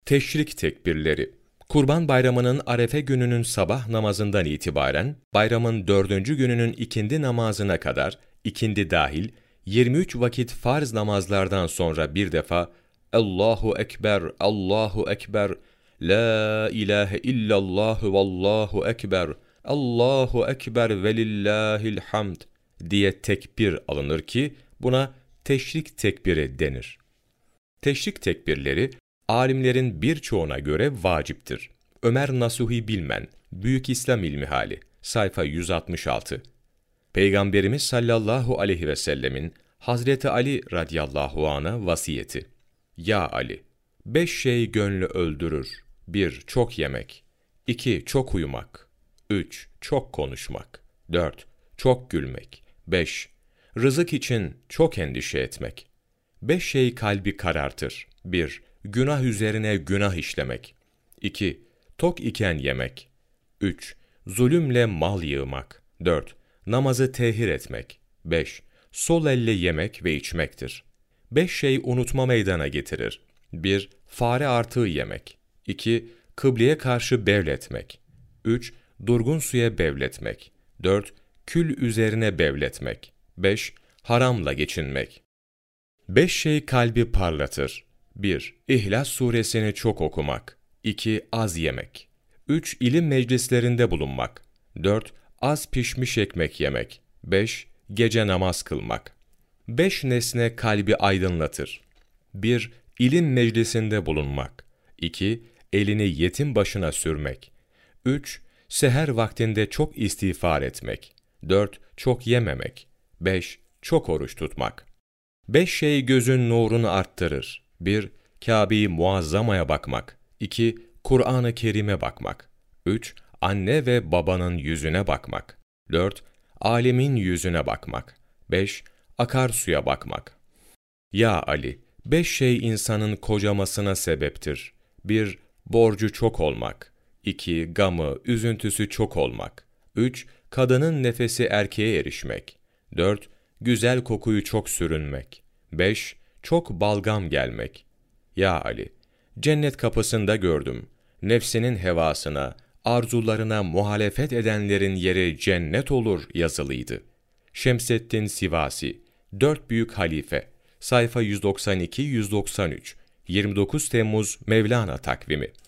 Teşrik tekbirleri. Kurban Bayramı'nın Arefe gününün sabah namazından itibaren bayramın 4. gününün ikindi namazına kadar, ikindi dahil, 23 vakit farz namazlardan sonra bir defa Allahu Ekber, Allahu Ekber, La ilahe illallah vallahu ekber, Allahu ekber velillahil hamd diye tekbir alınır ki buna teşrik tekbiri denir. Teşrik tekbirleri alimlerin birçoğuna göre vaciptir. Ömer Nasuhi Bilmen, Büyük İslam İlmihali, sayfa 166. Peygamberimiz sallallahu aleyhi ve sellemin Hazreti Ali radıyallahu anh'a vasiyeti. Ya Ali, 5 şey gönlü öldürür. 1. Çok yemek. 2. Çok uyumak. 3. Çok konuşmak. 4. Çok gülmek. 5. Rızık için çok endişe etmek. 5 şey kalbi karartır. 1. Günah üzerine günah işlemek. 2. Tok iken yemek. 3. Zulümle mal yığmak. 4. Namazı tehir etmek. 5. Sol elle yemek ve içmektir. 5 şey unutma meydana getirir. 1. Fare artığı yemek. 2. Kıbleye karşı bevletmek. 3. Durgun suya bevletmek. 4. Kül üzerine bevletmek. 5. Haramla geçinmek. 5 şey kalbi parlatır. 1. İhlas suresini çok okumak. 2. Az yemek. 3. İlim meclislerinde bulunmak. 4. Az pişmiş ekmek yemek. 5. Gece namaz kılmak. 5 nesne kalbi aydınlatır. 1. İlim meclisinde bulunmak. 2. Elini yetim başına sürmek. 3. Seher vaktinde çok istiğfar etmek. 4. Çok yememek. 5. Çok oruç tutmak. 5 şey gözün nurunu arttırır. 1. Kâbe-i Muazzama'ya bakmak. 2. Kur'an-ı Kerim'e bakmak. 3. Anne ve babanın yüzüne bakmak. 4. Âlemin yüzüne bakmak. 5. Akarsuya bakmak. Ya Ali, 5 şey insanın kocamasına sebeptir. 1. Borcu çok olmak. 2. Gamı, üzüntüsü çok olmak. 3. Kadının nefesi erkeğe erişmek. 4. Güzel kokuyu çok sürünmek. 5. Çok balgam gelmek. Ya Ali, cennet kapısında gördüm. Nefsinin hevasına, arzularına muhalefet edenlerin yeri cennet olur yazılıydı. Şemseddin Sivasi, 4 Büyük Halife, sayfa 192-193, 29 Temmuz Mevlana takvimi.